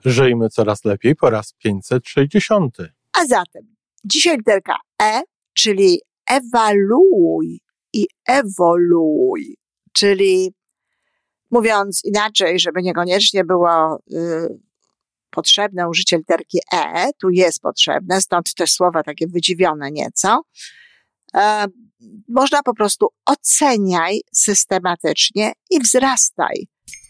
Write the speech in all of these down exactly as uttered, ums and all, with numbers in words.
Żyjmy coraz lepiej po raz pięćset sześćdziesiąty. A zatem dzisiaj literka E, czyli ewaluuj i ewoluuj, czyli mówiąc inaczej, żeby niekoniecznie było y, potrzebne użycie literki E, tu jest potrzebne, stąd te słowa takie wydziwione nieco. E, można po prostu oceniaj systematycznie i wzrastaj.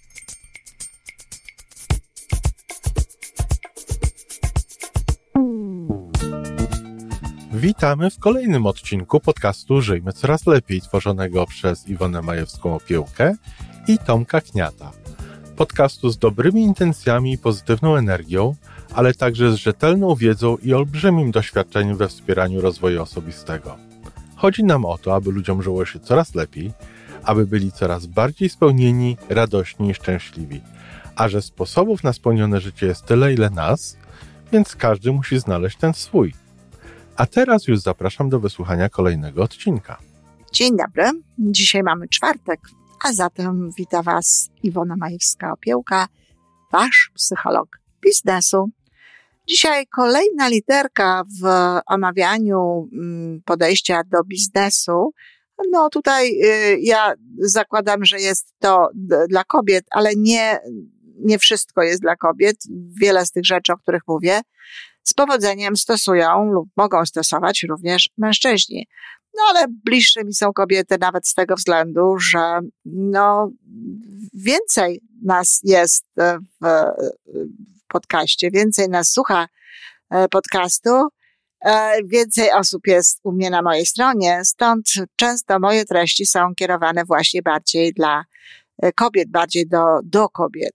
Witamy w kolejnym odcinku podcastu Żyjmy Coraz Lepiej, tworzonego przez Iwonę Majewską-Opiełkę i Tomka Kniata. Podcastu z dobrymi intencjami i pozytywną energią, ale także z rzetelną wiedzą i olbrzymim doświadczeniem we wspieraniu rozwoju osobistego. Chodzi nam o to, aby ludziom żyło się coraz lepiej, aby byli coraz bardziej spełnieni, radośni i szczęśliwi. A że sposobów na spełnione życie jest tyle, ile nas, więc każdy musi znaleźć ten swój. A teraz już zapraszam do wysłuchania kolejnego odcinka. Dzień dobry, dzisiaj mamy czwartek, a zatem wita Was Iwona Majewska-Opiełka, Wasz psycholog biznesu. Dzisiaj kolejna literka w omawianiu podejścia do biznesu. No tutaj ja zakładam, że jest to dla kobiet, ale nie, nie wszystko jest dla kobiet. Wiele z tych rzeczy, o których mówię, z powodzeniem stosują lub mogą stosować również mężczyźni. No ale bliższe mi są kobiety nawet z tego względu, że no więcej nas jest w, w podcaście, więcej nas słucha podcastu, więcej osób jest u mnie na mojej stronie, stąd często moje treści są kierowane właśnie bardziej dla kobiet, bardziej do, do kobiet.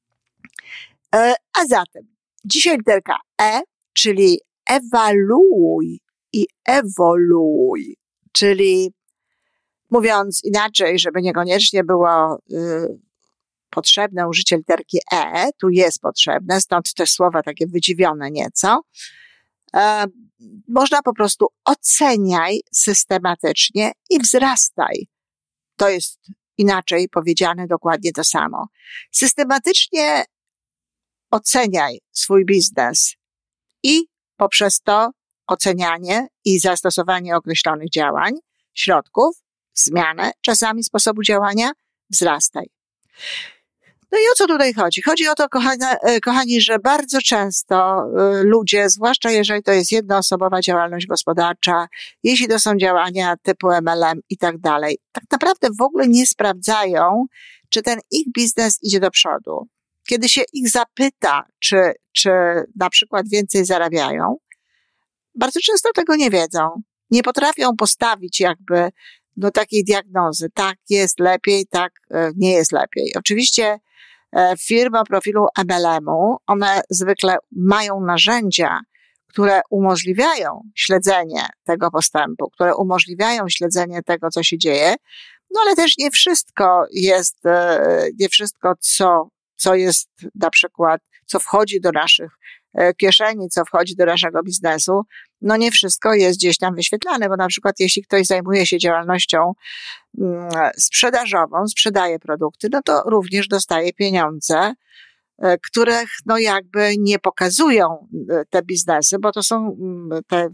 A zatem dzisiaj literka E, czyli ewaluuj i ewoluuj, czyli mówiąc inaczej, żeby niekoniecznie było y, potrzebne użycie literki E, tu jest potrzebne, stąd te słowa takie wydziwione nieco. E, można po prostu oceniaj systematycznie i wzrastaj. To jest inaczej powiedziane dokładnie to samo. Systematycznie oceniaj swój biznes i poprzez to ocenianie i zastosowanie określonych działań, środków, zmianę czasami sposobu działania, wzrastaj. No i o co tutaj chodzi? Chodzi o to, kochani, kochani, że bardzo często ludzie, zwłaszcza jeżeli to jest jednoosobowa działalność gospodarcza, jeśli to są działania typu M L M i tak dalej, tak naprawdę w ogóle nie sprawdzają, czy ten ich biznes idzie do przodu. Kiedy się ich zapyta, czy, czy na przykład więcej zarabiają, bardzo często tego nie wiedzą. Nie potrafią postawić jakby do takiej diagnozy. Tak jest lepiej, tak nie jest lepiej. Oczywiście firmy o profilu M L M-u, one zwykle mają narzędzia, które umożliwiają śledzenie tego postępu, które umożliwiają śledzenie tego, co się dzieje, no ale też nie wszystko jest, nie wszystko, co co jest na przykład, co wchodzi do naszych kieszeni, co wchodzi do naszego biznesu, no nie wszystko jest gdzieś tam wyświetlane, bo na przykład jeśli ktoś zajmuje się działalnością sprzedażową, sprzedaje produkty, no to również dostaje pieniądze, których no jakby nie pokazują te biznesy, bo to są te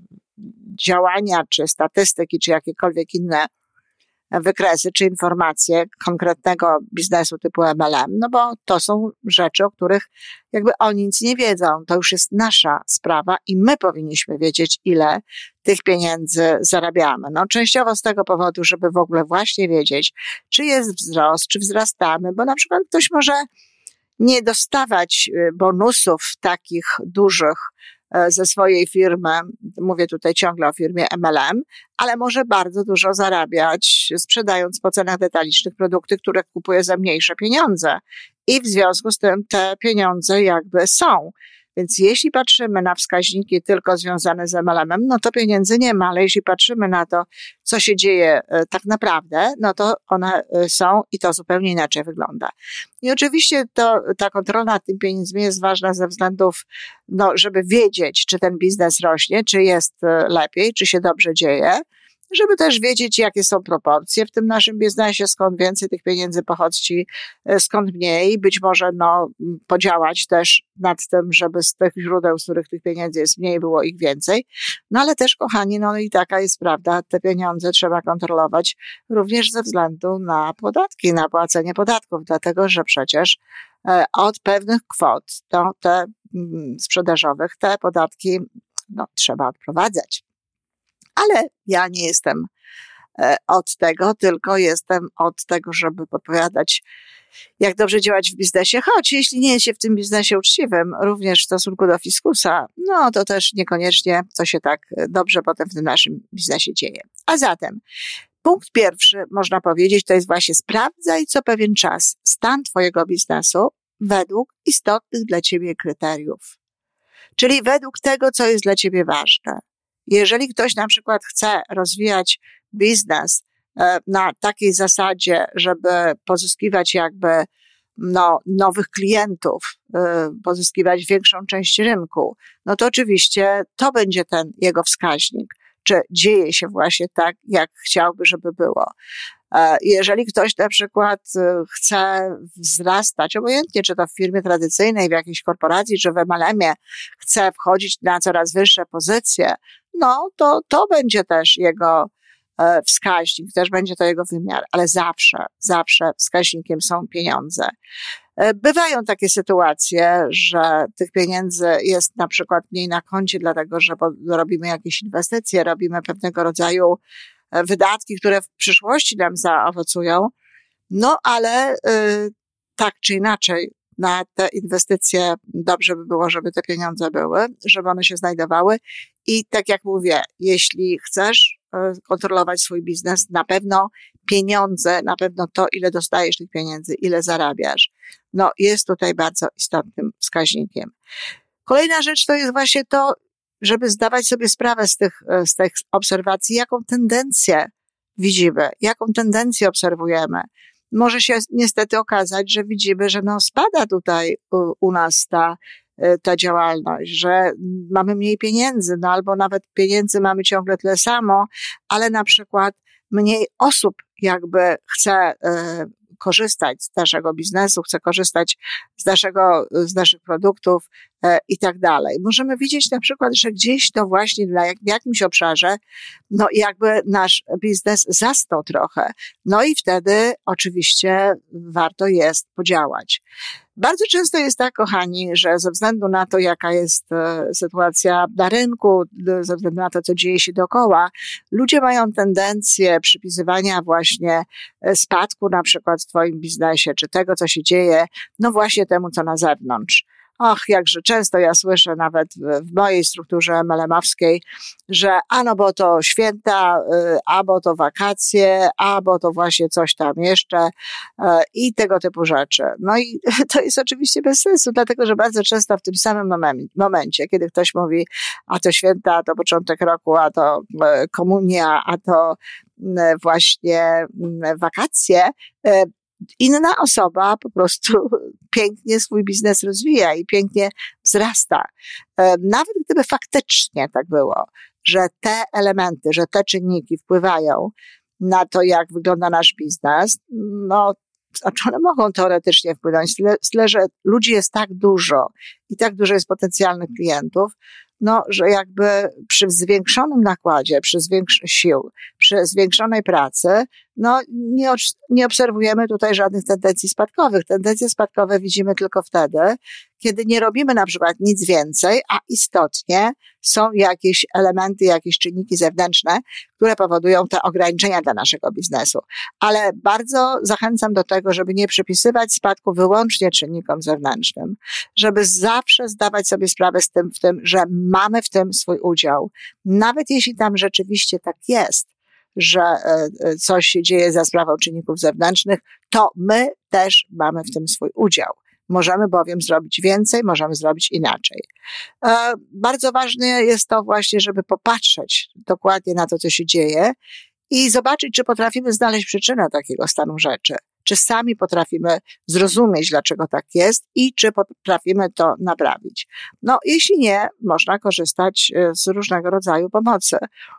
działania, czy statystyki, czy jakiekolwiek inne wykresy czy informacje konkretnego biznesu typu M L M, no bo to są rzeczy, o których jakby oni nic nie wiedzą. To już jest nasza sprawa i my powinniśmy wiedzieć, ile tych pieniędzy zarabiamy. No częściowo z tego powodu, żeby w ogóle właśnie wiedzieć, czy jest wzrost, czy wzrastamy, bo na przykład ktoś może nie dostawać bonusów takich dużych ze swojej firmy, mówię tutaj ciągle o firmie M L M, ale może bardzo dużo zarabiać, sprzedając po cenach detalicznych produkty, które kupuje za mniejsze pieniądze. I w związku z tym te pieniądze jakby są. Więc jeśli patrzymy na wskaźniki tylko związane z M L M-em, no to pieniędzy nie ma, ale jeśli patrzymy na to, co się dzieje tak naprawdę, no to one są i to zupełnie inaczej wygląda. I oczywiście to, ta kontrola nad tym pieniędzmi jest ważna ze względów, no, żeby wiedzieć, czy ten biznes rośnie, czy jest lepiej, czy się dobrze dzieje. żeby też wiedzieć, jakie są proporcje w tym naszym biznesie, skąd więcej tych pieniędzy pochodzi, skąd mniej. Być może no, podziałać też nad tym, żeby z tych źródeł, z których tych pieniędzy jest mniej, było ich więcej. No ale też, kochani, no i taka jest prawda, te pieniądze trzeba kontrolować również ze względu na podatki, na płacenie podatków, dlatego że przecież od pewnych kwot, no, te sprzedażowych, te podatki no, trzeba odprowadzać. Ale ja nie jestem od tego, tylko jestem od tego, żeby podpowiadać, jak dobrze działać w biznesie, choć jeśli nie jest się w tym biznesie uczciwym, również w stosunku do fiskusa, no to też niekoniecznie to się tak dobrze potem w tym naszym biznesie dzieje. A zatem punkt pierwszy, można powiedzieć, to jest właśnie sprawdzaj co pewien czas stan twojego biznesu według istotnych dla ciebie kryteriów. Czyli według tego, co jest dla ciebie ważne. Jeżeli ktoś na przykład chce rozwijać biznes na takiej zasadzie, żeby pozyskiwać jakby no, nowych klientów, pozyskiwać większą część rynku, no to oczywiście to będzie ten jego wskaźnik, czy dzieje się właśnie tak, jak chciałby, żeby było. Jeżeli ktoś na przykład chce wzrastać, obojętnie czy to w firmie tradycyjnej, w jakiejś korporacji, czy w em el emie, chce wchodzić na coraz wyższe pozycje, no to to będzie też jego wskaźnik, też będzie to jego wymiar, ale zawsze, zawsze wskaźnikiem są pieniądze. Bywają takie sytuacje, że tych pieniędzy jest na przykład mniej na koncie, dlatego że robimy jakieś inwestycje, robimy pewnego rodzaju wydatki, które w przyszłości nam zaowocują, no ale y, tak czy inaczej na te inwestycje dobrze by było, żeby te pieniądze były, żeby one się znajdowały i tak jak mówię, jeśli chcesz y, kontrolować swój biznes, na pewno pieniądze, na pewno to, ile dostajesz tych pieniędzy, ile zarabiasz, no jest tutaj bardzo istotnym wskaźnikiem. Kolejna rzecz to jest właśnie to, żeby zdawać sobie sprawę z tych, z tych obserwacji, jaką tendencję widzimy, jaką tendencję obserwujemy. Może się niestety okazać, że widzimy, że no spada tutaj u, u nas ta, ta działalność, że mamy mniej pieniędzy, no albo nawet pieniędzy mamy ciągle tyle samo, ale na przykład mniej osób jakby chce y, korzystać z naszego biznesu, chce korzystać z naszego, z naszych produktów e, i tak dalej. Możemy widzieć na przykład, że gdzieś to właśnie dla, w jakimś obszarze, no jakby nasz biznes zasnął trochę. No i wtedy oczywiście warto jest podziałać. Bardzo często jest tak, kochani, że ze względu na to, jaka jest e, sytuacja na rynku, ze względu na to, co dzieje się dookoła, ludzie mają tendencję przypisywania właśnie spadku na przykład w twoim biznesie, czy tego, co się dzieje, no właśnie temu, co na zewnątrz. Och, jakże często ja słyszę nawet w mojej strukturze em el emowskiej, że a no bo to święta, a bo to wakacje, a bo to właśnie coś tam jeszcze i tego typu rzeczy. No i to jest oczywiście bez sensu, dlatego że bardzo często w tym samym momencie, kiedy ktoś mówi, a to święta, a to początek roku, a to komunia, a to właśnie wakacje, inna osoba po prostu pięknie swój biznes rozwija i pięknie wzrasta. Nawet gdyby faktycznie tak było, że te elementy, że te czynniki wpływają na to, jak wygląda nasz biznes, no, znaczy one mogą teoretycznie wpłynąć, tyle, tyle, że ludzi jest tak dużo i tak dużo jest potencjalnych klientów, no, że jakby przy zwiększonym nakładzie, przy zwiększonych sił, przy zwiększonej pracy, no, nie, nie obserwujemy tutaj żadnych tendencji spadkowych. Tendencje spadkowe widzimy tylko wtedy, kiedy nie robimy na przykład nic więcej, a istotnie są jakieś elementy, jakieś czynniki zewnętrzne, które powodują te ograniczenia dla naszego biznesu. Ale bardzo zachęcam do tego, żeby nie przypisywać spadku wyłącznie czynnikom zewnętrznym, żeby zawsze zdawać sobie sprawę z tym, w tym, że mamy w tym swój udział. Nawet jeśli tam rzeczywiście tak jest, że coś się dzieje za sprawą czynników zewnętrznych, to my też mamy w tym swój udział. Możemy bowiem zrobić więcej, możemy zrobić inaczej. E, bardzo ważne jest to właśnie, żeby popatrzeć dokładnie na to, co się dzieje i zobaczyć, czy potrafimy znaleźć przyczynę takiego stanu rzeczy. Czy sami potrafimy zrozumieć, dlaczego tak jest i czy potrafimy to naprawić. No, jeśli nie, można korzystać z różnego rodzaju pomocy.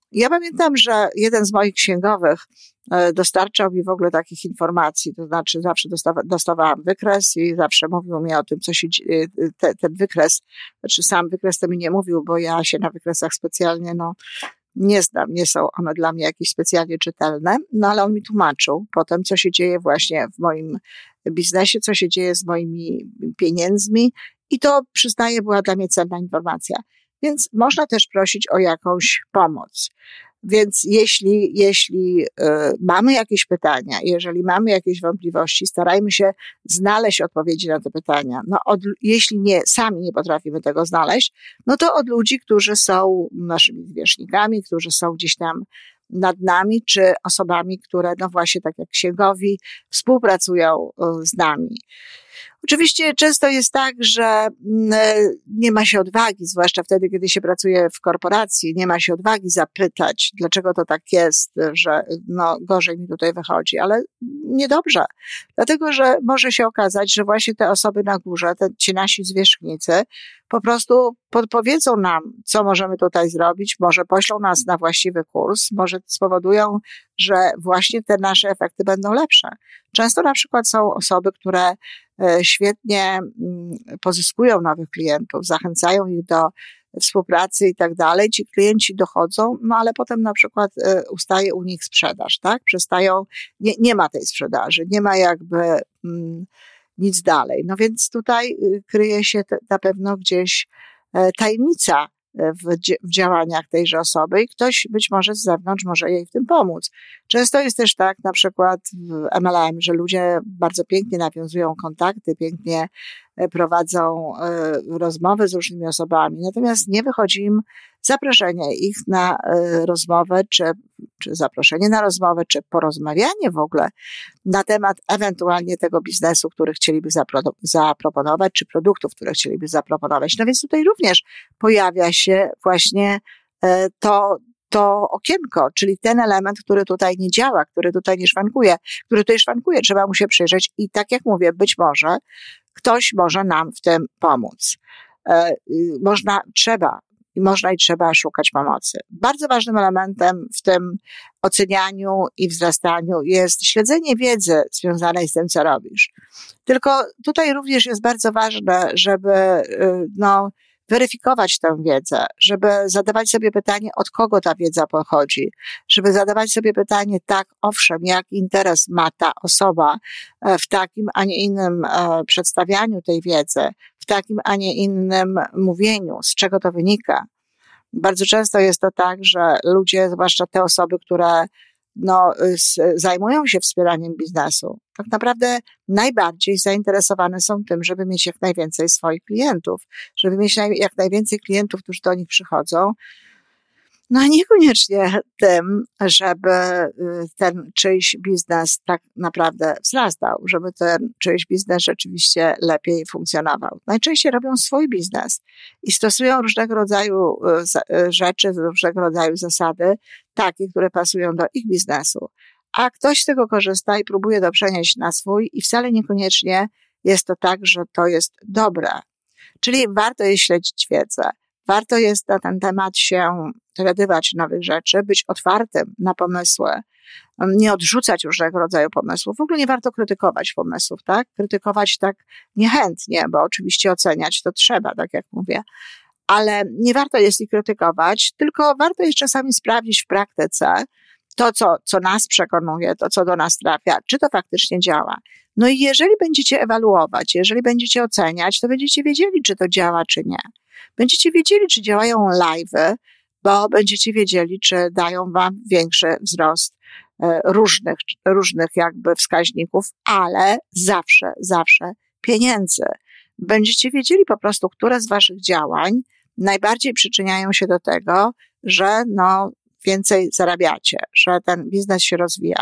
Ja pamiętam, że jeden z moich księgowych dostarczał mi w ogóle takich informacji, to znaczy zawsze dostawa, dostawałam wykres i zawsze mówił mi o tym, co się dzieje, te, ten wykres, znaczy sam wykres to mi nie mówił, bo ja się na wykresach specjalnie, no, nie znam, nie są one dla mnie jakieś specjalnie czytelne, no ale on mi tłumaczył potem, co się dzieje właśnie w moim biznesie, co się dzieje z moimi pieniędzmi i to, przyznaję, była dla mnie cenna informacja. Więc można też prosić o jakąś pomoc. Więc jeśli, jeśli y, mamy jakieś pytania, jeżeli mamy jakieś wątpliwości, starajmy się znaleźć odpowiedzi na te pytania. No od, jeśli nie, sami nie potrafimy tego znaleźć, no to od ludzi, którzy są naszymi zwierzchnikami, którzy są gdzieś tam nad nami, czy osobami, które, no właśnie tak jak księgowi, współpracują y, z nami. Oczywiście często jest tak, że nie ma się odwagi, zwłaszcza wtedy, kiedy się pracuje w korporacji, nie ma się odwagi zapytać, dlaczego to tak jest, że no gorzej mi tutaj wychodzi, ale niedobrze. Dlatego, że może się okazać, że właśnie te osoby na górze, te, ci nasi zwierzchnicy, po prostu podpowiedzą nam, co możemy tutaj zrobić, może poślą nas na właściwy kurs, może spowodują, że właśnie te nasze efekty będą lepsze. Często na przykład są osoby, które świetnie pozyskują nowych klientów, zachęcają ich do współpracy i tak dalej. Ci klienci dochodzą, no ale potem na przykład ustaje u nich sprzedaż, tak? Przestają, nie, nie ma tej sprzedaży, nie ma jakby mm, nic dalej. No więc tutaj kryje się te, na pewno gdzieś tajemnica w, w działaniach tejże osoby i ktoś być może z zewnątrz może jej w tym pomóc. Często jest też tak, na przykład w M L M, że ludzie bardzo pięknie nawiązują kontakty, pięknie prowadzą rozmowy z różnymi osobami, natomiast nie wychodzi im zaproszenie ich na rozmowę, czy, czy zaproszenie na rozmowę, czy porozmawianie w ogóle na temat ewentualnie tego biznesu, który chcieliby zapro- zaproponować, czy produktów, które chcieliby zaproponować. No więc tutaj również pojawia się właśnie to, to okienko, czyli ten element, który tutaj nie działa, który tutaj nie szwankuje, który tutaj szwankuje, trzeba mu się przyjrzeć i tak jak mówię, być może ktoś może nam w tym pomóc. E, można, trzeba, można i trzeba szukać pomocy. Bardzo ważnym elementem w tym ocenianiu i wzrastaniu jest śledzenie wiedzy związanej z tym, co robisz. Tylko tutaj również jest bardzo ważne, żeby, no, weryfikować tę wiedzę, żeby zadawać sobie pytanie, od kogo ta wiedza pochodzi, żeby zadawać sobie pytanie, tak, owszem, jaki interes ma ta osoba w takim, a nie innym przedstawianiu tej wiedzy, w takim, a nie innym mówieniu, z czego to wynika. Bardzo często jest to tak, że ludzie, zwłaszcza te osoby, które no, zajmują się wspieraniem biznesu, tak naprawdę najbardziej zainteresowane są tym, żeby mieć jak najwięcej swoich klientów, żeby mieć jak najwięcej klientów, którzy do nich przychodzą, no a niekoniecznie tym, żeby ten czyjś biznes tak naprawdę wzrastał, żeby ten czyjś biznes rzeczywiście lepiej funkcjonował. Najczęściej robią swój biznes i stosują różnego rodzaju rzeczy, różnego rodzaju zasady, takie, które pasują do ich biznesu. A ktoś z tego korzysta i próbuje to przenieść na swój i wcale niekoniecznie jest to tak, że to jest dobre. Czyli warto jest śledzić wiedzę. Warto jest na ten temat się dowiadywać nowych rzeczy, być otwartym na pomysły, nie odrzucać różnego rodzaju pomysłów. W ogóle nie warto krytykować pomysłów, tak? Krytykować tak niechętnie, bo oczywiście oceniać to trzeba, tak jak mówię. Ale nie warto jest ich krytykować, tylko warto jest czasami sprawdzić w praktyce to, co, co nas przekonuje, to, co do nas trafia, czy to faktycznie działa. No i jeżeli będziecie ewaluować, jeżeli będziecie oceniać, to będziecie wiedzieli, czy to działa, czy nie. Będziecie wiedzieli, czy działają live'y, bo będziecie wiedzieli, czy dają wam większy wzrost różnych, różnych jakby wskaźników, ale zawsze, zawsze pieniędzy. Będziecie wiedzieli po prostu, które z waszych działań najbardziej przyczyniają się do tego, że no więcej zarabiacie, że ten biznes się rozwija.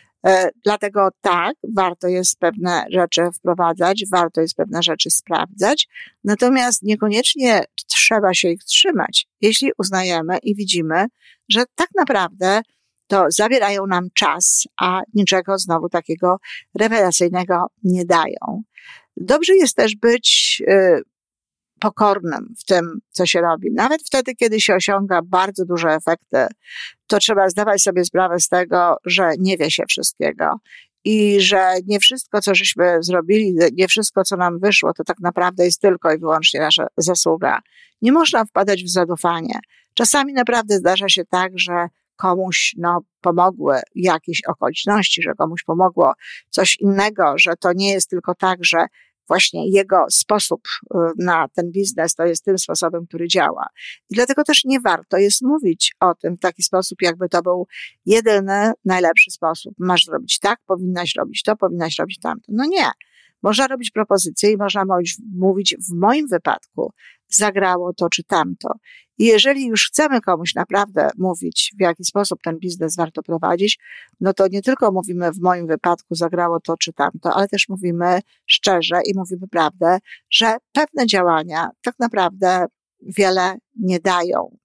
Dlatego tak, warto jest pewne rzeczy wprowadzać, warto jest pewne rzeczy sprawdzać, natomiast niekoniecznie trzeba się ich trzymać, jeśli uznajemy i widzimy, że tak naprawdę to zabierają nam czas, a niczego znowu takiego rewelacyjnego nie dają. Dobrze jest też być pokornym w tym, co się robi. Nawet wtedy, kiedy się osiąga bardzo duże efekty, to trzeba zdawać sobie sprawę z tego, że nie wie się wszystkiego i że nie wszystko, co żeśmy zrobili, nie wszystko, co nam wyszło, to tak naprawdę jest tylko i wyłącznie nasza zasługa. Nie można wpadać w zadufanie. Czasami naprawdę zdarza się tak, że komuś no, pomogły jakieś okoliczności, że komuś pomogło coś innego, że to nie jest tylko tak, że właśnie jego sposób na ten biznes to jest tym sposobem, który działa. I dlatego też nie warto jest mówić o tym w taki sposób, jakby to był jedyny, najlepszy sposób. Masz zrobić tak, powinnaś robić to, powinnaś robić tamto. No nie. Można robić propozycje i można mówić, w moim wypadku zagrało to czy tamto. I jeżeli już chcemy komuś naprawdę mówić, w jaki sposób ten biznes warto prowadzić, no to nie tylko mówimy w moim wypadku zagrało to czy tamto, ale też mówimy szczerze i mówimy prawdę, że pewne działania tak naprawdę wiele nie dają.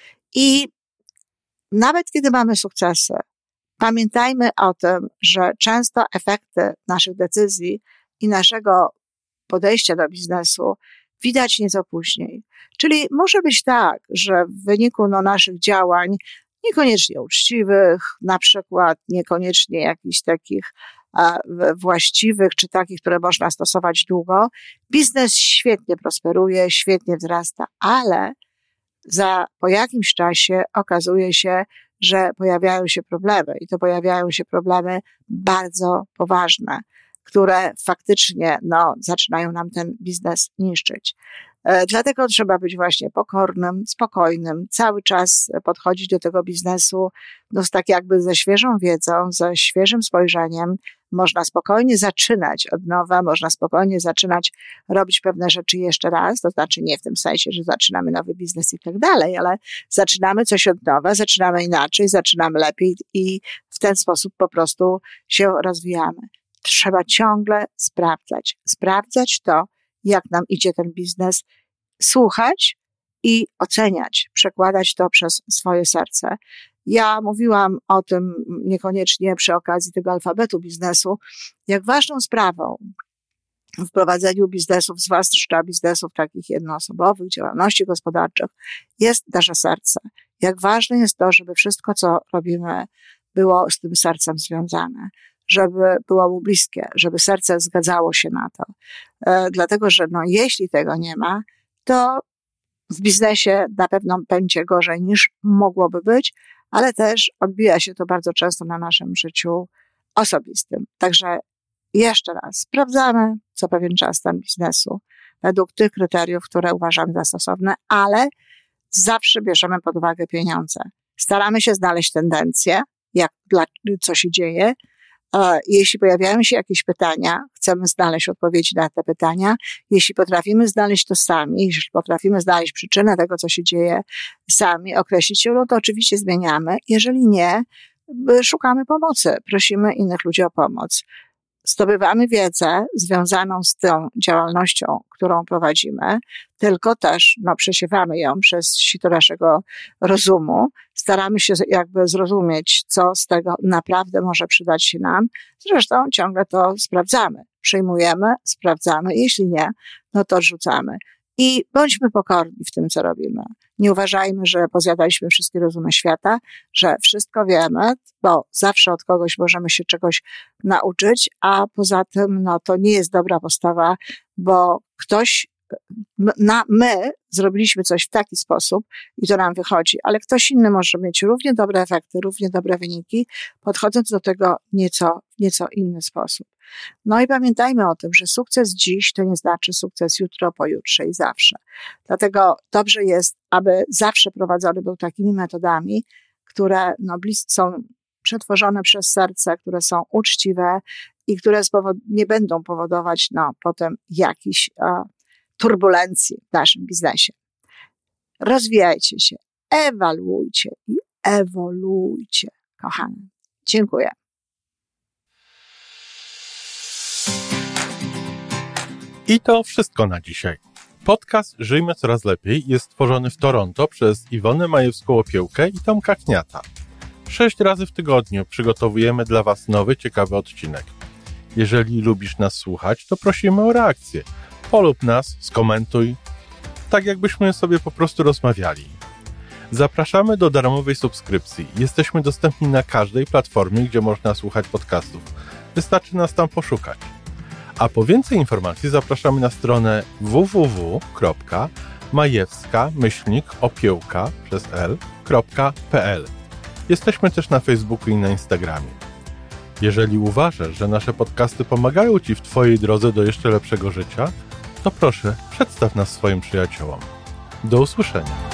I nawet kiedy mamy sukcesy, pamiętajmy o tym, że często efekty naszych decyzji i naszego podejścia do biznesu widać nieco później. Czyli może być tak, że w wyniku no, naszych działań, niekoniecznie uczciwych, na przykład niekoniecznie jakichś takich a, właściwych, czy takich, które można stosować długo, biznes świetnie prosperuje, świetnie wzrasta, ale za, po jakimś czasie okazuje się, że pojawiają się problemy i to pojawiają się problemy bardzo poważne, które faktycznie no, zaczynają nam ten biznes niszczyć. E, dlatego trzeba być właśnie pokornym, spokojnym, cały czas podchodzić do tego biznesu no, z tak jakby ze świeżą wiedzą, ze świeżym spojrzeniem. Można spokojnie zaczynać od nowa, można spokojnie zaczynać robić pewne rzeczy jeszcze raz, to znaczy nie w tym sensie, że zaczynamy nowy biznes i tak dalej, ale zaczynamy coś od nowa, zaczynamy inaczej, zaczynamy lepiej i w ten sposób po prostu się rozwijamy. Trzeba ciągle sprawdzać. Sprawdzać to, jak nam idzie ten biznes, słuchać i oceniać, przekładać to przez swoje serce. Ja mówiłam o tym niekoniecznie przy okazji tego alfabetu biznesu, jak ważną sprawą w prowadzeniu biznesów, zwłaszcza biznesów takich jednoosobowych, działalności gospodarczych, jest nasze serce. Jak ważne jest to, żeby wszystko, co robimy, było z tym sercem związane, żeby było mu bliskie, żeby serce zgadzało się na to. E, dlatego, że no, jeśli tego nie ma, to w biznesie na pewno będzie gorzej niż mogłoby być, ale też odbija się to bardzo często na naszym życiu osobistym. Także jeszcze raz sprawdzamy co pewien czas stan biznesu według tych kryteriów, które uważamy za stosowne, ale zawsze bierzemy pod uwagę pieniądze. Staramy się znaleźć tendencje, jak, dla, co się dzieje. Jeśli pojawiają się jakieś pytania, chcemy znaleźć odpowiedzi na te pytania. Jeśli potrafimy znaleźć to sami, jeśli potrafimy znaleźć przyczynę tego, co się dzieje sami, określić ją, no to oczywiście zmieniamy. Jeżeli nie, szukamy pomocy, prosimy innych ludzi o pomoc. Zdobywamy wiedzę związaną z tą działalnością, którą prowadzimy, tylko też no, przesiewamy ją przez sito naszego rozumu. Staramy się jakby zrozumieć, co z tego naprawdę może przydać się nam. Zresztą ciągle to sprawdzamy. Przyjmujemy, sprawdzamy. Jeśli nie, no to odrzucamy. I bądźmy pokorni w tym, co robimy. Nie uważajmy, że pozjadaliśmy wszystkie rozumy świata, że wszystko wiemy, bo zawsze od kogoś możemy się czegoś nauczyć, a poza tym, no to nie jest dobra postawa, bo ktoś, na, my zrobiliśmy coś w taki sposób i to nam wychodzi, ale ktoś inny może mieć równie dobre efekty, równie dobre wyniki, podchodząc do tego nieco, w nieco inny sposób. No i pamiętajmy o tym, że sukces dziś to nie znaczy sukces jutro, pojutrze i zawsze. Dlatego dobrze jest, aby zawsze prowadzony był takimi metodami, które no, są przetworzone przez serce, które są uczciwe i które spowod- nie będą powodować no, potem jakichś a, turbulencji w naszym biznesie. Rozwijajcie się, ewaluujcie i ewoluujcie, kochane. Dziękuję. I to wszystko na dzisiaj. Podcast Żyjmy Coraz Lepiej jest stworzony w Toronto przez Iwonę Majewską-Opiełkę i Tomka Kniata. Sześć razy w tygodniu przygotowujemy dla Was nowy, ciekawy odcinek. Jeżeli lubisz nas słuchać, to prosimy o reakcję. Polub nas, skomentuj, tak jakbyśmy sobie po prostu rozmawiali. Zapraszamy do darmowej subskrypcji. Jesteśmy dostępni na każdej platformie, gdzie można słuchać podcastów. Wystarczy nas tam poszukać. A po więcej informacji zapraszamy na stronę w w w kropka majewska myślnik opiełka przez l kropka p l. Jesteśmy też na Facebooku i na Instagramie. Jeżeli uważasz, że nasze podcasty pomagają Ci w Twojej drodze do jeszcze lepszego życia, to proszę, przedstaw nas swoim przyjaciołom. Do usłyszenia.